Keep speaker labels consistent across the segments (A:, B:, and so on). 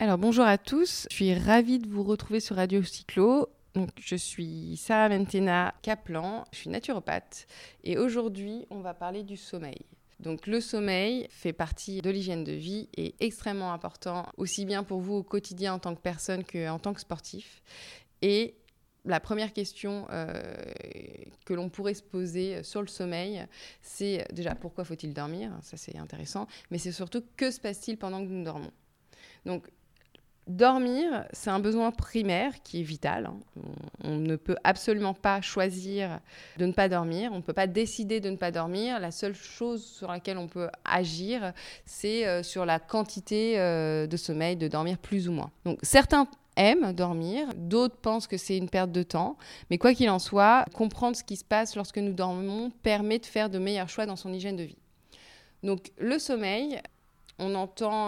A: Alors bonjour à tous, je suis ravie de vous retrouver sur Radio Cyclo. Donc, je suis Sarah Mentena Kaplan, je suis naturopathe et aujourd'hui on va parler du sommeil. Donc le sommeil fait partie de l'hygiène de vie et est extrêmement important aussi bien pour vous au quotidien en tant que personne qu'en tant que sportif. Et la première question que l'on pourrait se poser sur le sommeil, c'est déjà pourquoi faut-il dormir ? Ça c'est intéressant, mais c'est surtout que se passe-t-il pendant que nous dormons ? Donc dormir, c'est un besoin primaire qui est vital. On ne peut absolument pas choisir de ne pas dormir. On ne peut pas décider de ne pas dormir. La seule chose sur laquelle on peut agir, c'est sur la quantité de sommeil, de dormir plus ou moins. Donc certains aiment dormir, d'autres pensent que c'est une perte de temps. Mais quoi qu'il en soit, comprendre ce qui se passe lorsque nous dormons permet de faire de meilleurs choix dans son hygiène de vie. Donc le sommeil, on entend...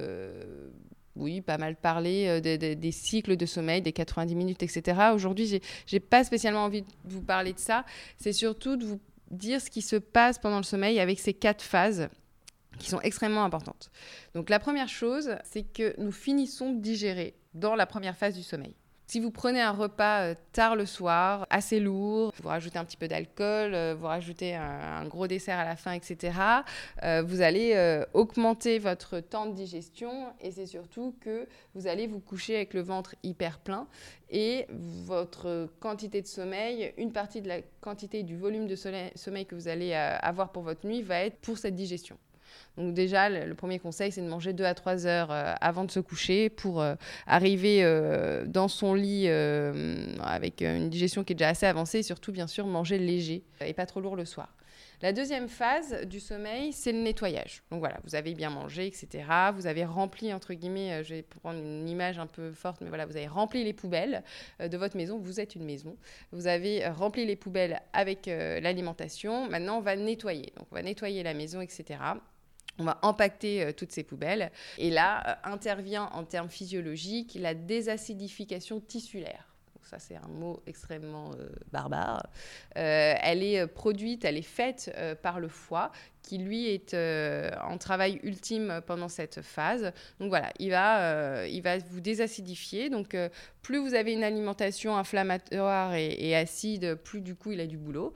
A: pas mal parler des cycles de sommeil, des 90 minutes, etc. Aujourd'hui, j'ai pas spécialement envie de vous parler de ça. C'est surtout de vous dire ce qui se passe pendant le sommeil avec ces 4 phases qui sont extrêmement importantes. Donc la première chose, c'est que nous finissons de digérer dans la première phase du sommeil. Si vous prenez un repas tard le soir, assez lourd, vous rajoutez un petit peu d'alcool, vous rajoutez un gros dessert à la fin, etc., vous allez augmenter votre temps de digestion et c'est surtout que vous allez vous coucher avec le ventre hyper plein et votre quantité de sommeil, une partie de la quantité du volume de sommeil que vous allez avoir pour votre nuit va être pour cette digestion. Donc déjà, le premier conseil, c'est de manger 2 à 3 heures avant de se coucher pour arriver dans son lit avec une digestion qui est déjà assez avancée et surtout, bien sûr, manger léger et pas trop lourd le soir. La deuxième phase du sommeil, c'est le nettoyage. Donc voilà, vous avez bien mangé, etc. Vous avez rempli, entre guillemets, je vais prendre une image un peu forte, mais voilà, vous avez rempli les poubelles de votre maison. Vous êtes une maison. Vous avez rempli les poubelles avec l'alimentation. Maintenant, on va nettoyer. Donc on va nettoyer la maison, etc. On va empaqueter toutes ces poubelles. Et là, intervient en termes physiologiques la désacidification tissulaire. Donc ça, c'est un mot extrêmement barbare. Elle est produite, elle est faite par le foie, qui lui est en travail ultime pendant cette phase. Donc voilà, il va vous désacidifier. Donc plus vous avez une alimentation inflammatoire et acide, plus du coup il a du boulot.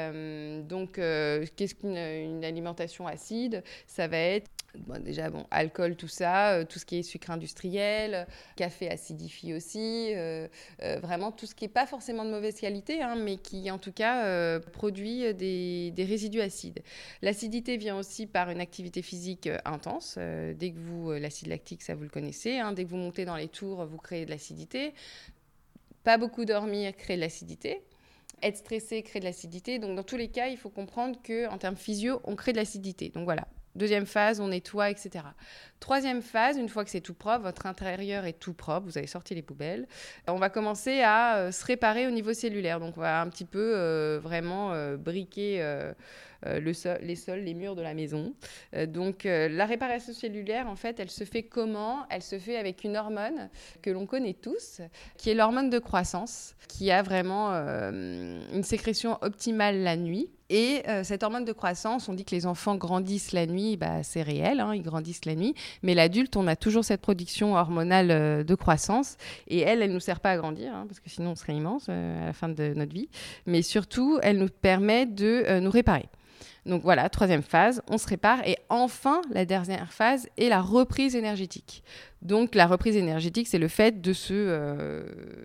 A: Qu'est-ce qu'une alimentation acide ? Ça va être alcool, tout ça, tout ce qui est sucre industriel, café acidifie aussi, vraiment tout ce qui n'est pas forcément de mauvaise qualité, mais qui en tout cas produit des résidus acides. L'acidité vient aussi par une activité physique intense. Dès que l'acide lactique, ça vous le connaissez, dès que vous montez dans les tours, vous créez de l'acidité. Pas beaucoup dormir crée de l'acidité. Être stressé crée de l'acidité. Donc dans tous les cas, il faut comprendre qu'en termes physio, on crée de l'acidité. Donc voilà. Deuxième phase, on nettoie, etc. Troisième phase, une fois que c'est tout propre, votre intérieur est tout propre, vous avez sorti les poubelles, on va commencer à se réparer au niveau cellulaire. Donc, on va un petit peu briquer les sols, les murs de la maison. La réparation cellulaire, en fait, elle se fait comment ? Elle se fait avec une hormone que l'on connaît tous, qui est l'hormone de croissance, qui a vraiment une sécrétion optimale la nuit. Et cette hormone de croissance, on dit que les enfants grandissent la nuit, c'est réel, ils grandissent la nuit, mais l'adulte, on a toujours cette production hormonale de croissance, et elle ne nous sert pas à grandir, parce que sinon on serait immense à la fin de notre vie, mais surtout, elle nous permet de nous réparer. Donc voilà, troisième phase, on se répare. Et enfin, la dernière phase est la reprise énergétique. Donc la reprise énergétique, c'est le fait de se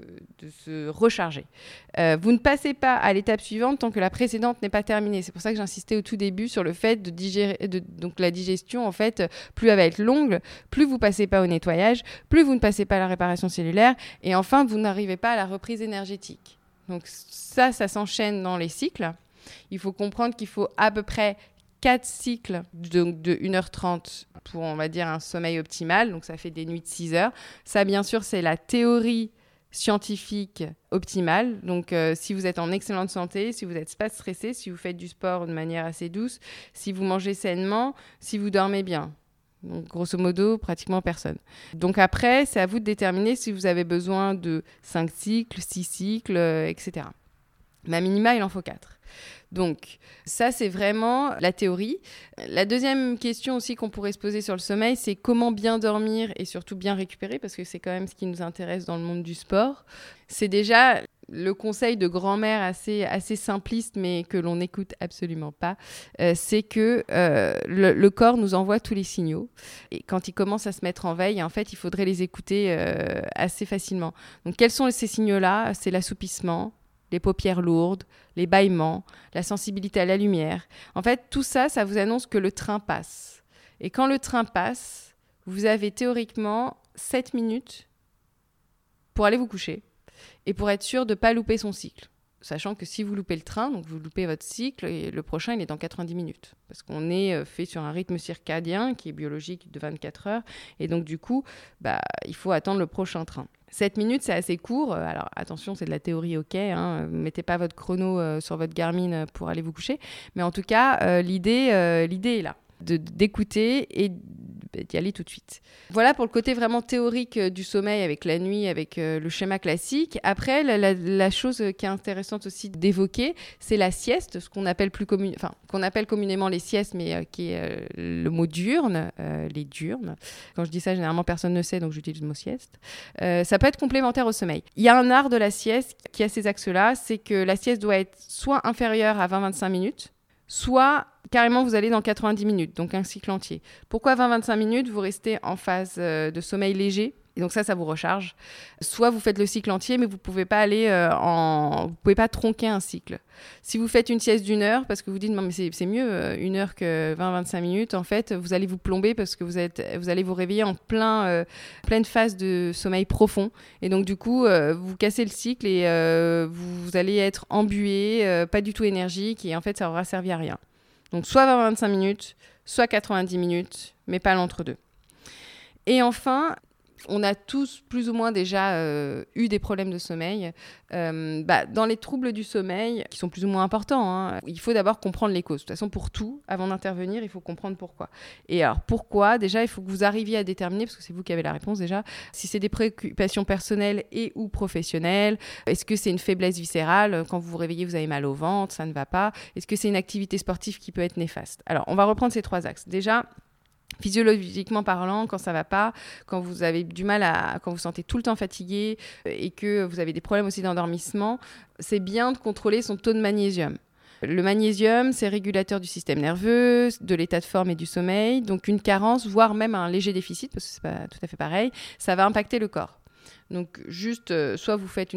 A: recharger. Vous ne passez pas à l'étape suivante tant que la précédente n'est pas terminée. C'est pour ça que j'insistais au tout début sur le fait de digérer. Donc la digestion, en fait, plus elle va être longue, plus vous ne passez pas au nettoyage, plus vous ne passez pas à la réparation cellulaire, et enfin, vous n'arrivez pas à la reprise énergétique. Donc ça s'enchaîne dans les cycles. Il faut comprendre qu'il faut à peu près 4 cycles de 1h30 pour, on va dire, un sommeil optimal. Donc, ça fait des nuits de 6 heures. Ça, bien sûr, c'est la théorie scientifique optimale. Donc, si vous êtes en excellente santé, si vous n'êtes pas stressé, si vous faites du sport de manière assez douce, si vous mangez sainement, si vous dormez bien. Donc, grosso modo, pratiquement personne. Donc, après, c'est à vous de déterminer si vous avez besoin de 5 cycles, 6 cycles, etc. Mais à minima, il en faut 4. Donc, ça, c'est vraiment la théorie. La deuxième question aussi qu'on pourrait se poser sur le sommeil, c'est comment bien dormir et surtout bien récupérer, parce que c'est quand même ce qui nous intéresse dans le monde du sport. C'est déjà le conseil de grand-mère assez simpliste, mais que l'on n'écoute absolument pas, c'est que le corps nous envoie tous les signaux. Et quand il commence à se mettre en veille, en fait, il faudrait les écouter assez facilement. Donc, quels sont ces signaux-là ? C'est l'assoupissement, les paupières lourdes, les bâillements, la sensibilité à la lumière. En fait, tout ça, ça vous annonce que le train passe. Et quand le train passe, vous avez théoriquement 7 minutes pour aller vous coucher et pour être sûr de ne pas louper son cycle. Sachant que si vous loupez le train, donc vous loupez votre cycle, et le prochain, il est dans 90 minutes. Parce qu'on est fait sur un rythme circadien qui est biologique de 24 heures. Et donc, du coup, il faut attendre le prochain train. 7 minutes, c'est assez court. Alors, attention, c'est de la théorie, ok. Hein. Mettez pas votre chrono sur votre Garmin pour aller vous coucher. Mais en tout cas, l'idée est là, d'écouter et d'y aller tout de suite. Voilà pour le côté vraiment théorique du sommeil avec la nuit, avec le schéma classique. Après, la chose qui est intéressante aussi d'évoquer, c'est la sieste, ce qu'on appelle qu'on appelle communément les siestes, mais qui est le mot diurne, les diurnes. Quand je dis ça, généralement, personne ne sait, donc j'utilise le mot sieste. Ça peut être complémentaire au sommeil. Il y a un art de la sieste qui a ces axes-là, c'est que la sieste doit être soit inférieure à 20-25 minutes, soit carrément vous allez dans 90 minutes, donc un cycle entier. Pourquoi 20-25 minutes ? Vous restez en phase de sommeil léger, et donc ça vous recharge. Soit vous faites le cycle entier, mais vous pouvez pas aller vous pouvez pas tronquer un cycle. Si vous faites une sieste d'1 heure, parce que vous dites non mais c'est mieux 1 heure que 20-25 minutes, en fait vous allez vous plomber parce que vous allez vous réveiller en pleine phase de sommeil profond, et donc du coup vous cassez le cycle et vous allez être embué, pas du tout énergique, et en fait ça aura servi à rien. Donc soit 20-25 minutes, soit 90 minutes, mais pas l'entre-deux. Et enfin, on a tous plus ou moins déjà eu des problèmes de sommeil. Dans les troubles du sommeil, qui sont plus ou moins importants, hein, il faut d'abord comprendre les causes. De toute façon, pour tout, avant d'intervenir, il faut comprendre pourquoi. Et alors, pourquoi ? Déjà, il faut que vous arriviez à déterminer, parce que c'est vous qui avez la réponse déjà, si c'est des préoccupations personnelles et ou professionnelles. Est-ce que c'est une faiblesse viscérale ? Quand vous vous réveillez, vous avez mal au ventre, ça ne va pas. Est-ce que c'est une activité sportive qui peut être néfaste ? Alors, on va reprendre ces 3 axes. Déjà, physiologiquement parlant, quand ça va pas, quand vous avez du mal quand vous sentez tout le temps fatigué et que vous avez des problèmes aussi d'endormissement, c'est bien de contrôler son taux de magnésium. Le magnésium, c'est régulateur du système nerveux, de l'état de forme et du sommeil. Donc une carence, voire même un léger déficit, parce que c'est pas tout à fait pareil, ça va impacter le corps. Donc juste, soit vous faites une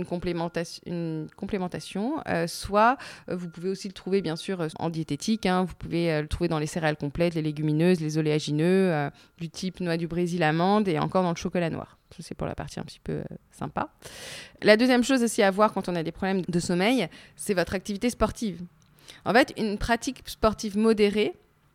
A: complémentation, soit vous pouvez aussi le trouver bien sûr en diététique. Hein, vous pouvez le trouver dans les céréales complètes, les légumineuses, les oléagineux, du type noix du Brésil, amande, et encore dans le chocolat noir. Ça, c'est pour la partie un petit peu sympa. La deuxième chose aussi à voir quand on a des problèmes de sommeil, c'est votre activité sportive. En fait, une pratique sportive modérée,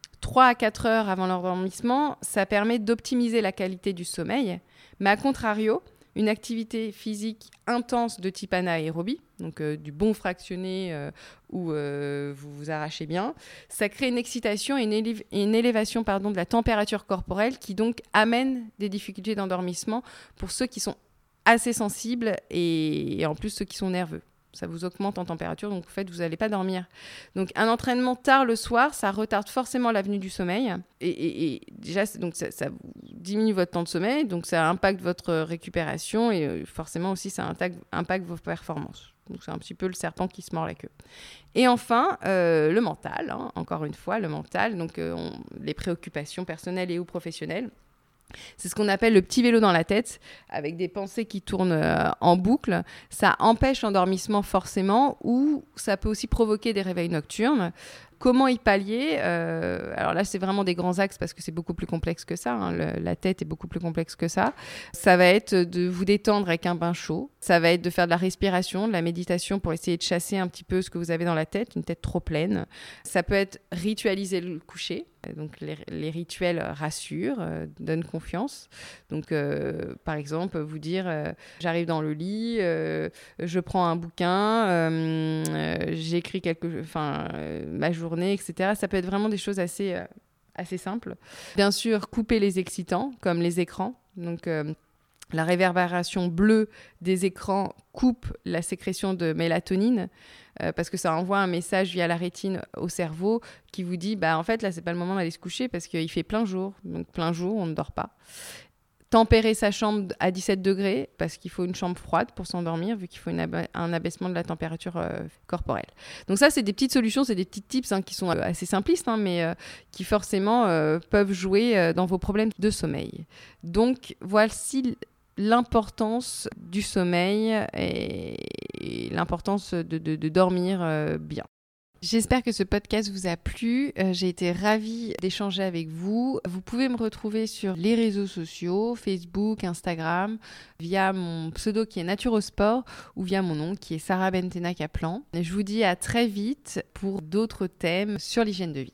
A: 3 à 4 heures avant l'endormissement, ça permet d'optimiser la qualité du sommeil. Mais à contrario, une activité physique intense de type anaérobie, donc du bon fractionné où vous vous arrachez bien, ça crée une excitation et une élévation de la température corporelle qui donc amène des difficultés d'endormissement pour ceux qui sont assez sensibles et en plus ceux qui sont nerveux. Ça vous augmente en température, donc en fait, vous n'allez pas dormir. Donc, un entraînement tard le soir, ça retarde forcément la venue du sommeil. Et déjà, donc ça diminue votre temps de sommeil, donc ça impacte votre récupération et forcément aussi, ça impacte vos performances. Donc, c'est un petit peu le serpent qui se mord la queue. Et enfin, le mental, hein, encore une fois, le mental, donc les préoccupations personnelles et ou professionnelles. C'est ce qu'on appelle le petit vélo dans la tête, avec des pensées qui tournent en boucle. Ça empêche l'endormissement forcément, ou ça peut aussi provoquer des réveils nocturnes. Comment y pallier ? Alors là, c'est vraiment des grands axes parce que c'est beaucoup plus complexe que ça. Hein. La tête est beaucoup plus complexe que ça. Ça va être de vous détendre avec un bain chaud. Ça va être de faire de la respiration, de la méditation pour essayer de chasser un petit peu ce que vous avez dans la tête, une tête trop pleine. Ça peut être ritualiser le coucher. Donc les rituels rassurent, donnent confiance. Donc par exemple, vous dire j'arrive dans le lit, je prends un bouquin, j'écris ma journée, etc. Ça peut être vraiment des choses assez simples. Bien sûr, couper les excitants comme les écrans. Donc La réverbération bleue des écrans coupe la sécrétion de mélatonine parce que ça envoie un message via la rétine au cerveau qui vous dit en fait là c'est pas le moment d'aller se coucher parce qu'il fait plein jour. Donc plein jour, on ne dort pas. Tempérer sa chambre à 17 degrés parce qu'il faut une chambre froide pour s'endormir vu qu'il faut un abaissement de la température corporelle. Donc ça, c'est des petites solutions, c'est des petits tips qui sont assez simplistes, mais qui forcément peuvent jouer dans vos problèmes de sommeil. Donc voici l'importance du sommeil et l'importance de dormir bien. J'espère que ce podcast vous a plu. J'ai été ravie d'échanger avec vous. Vous pouvez me retrouver sur les réseaux sociaux, Facebook, Instagram, via mon pseudo qui est Naturosport ou via mon nom qui est Sarah Bentena Kaplan. Je vous dis à très vite pour d'autres thèmes sur l'hygiène de vie.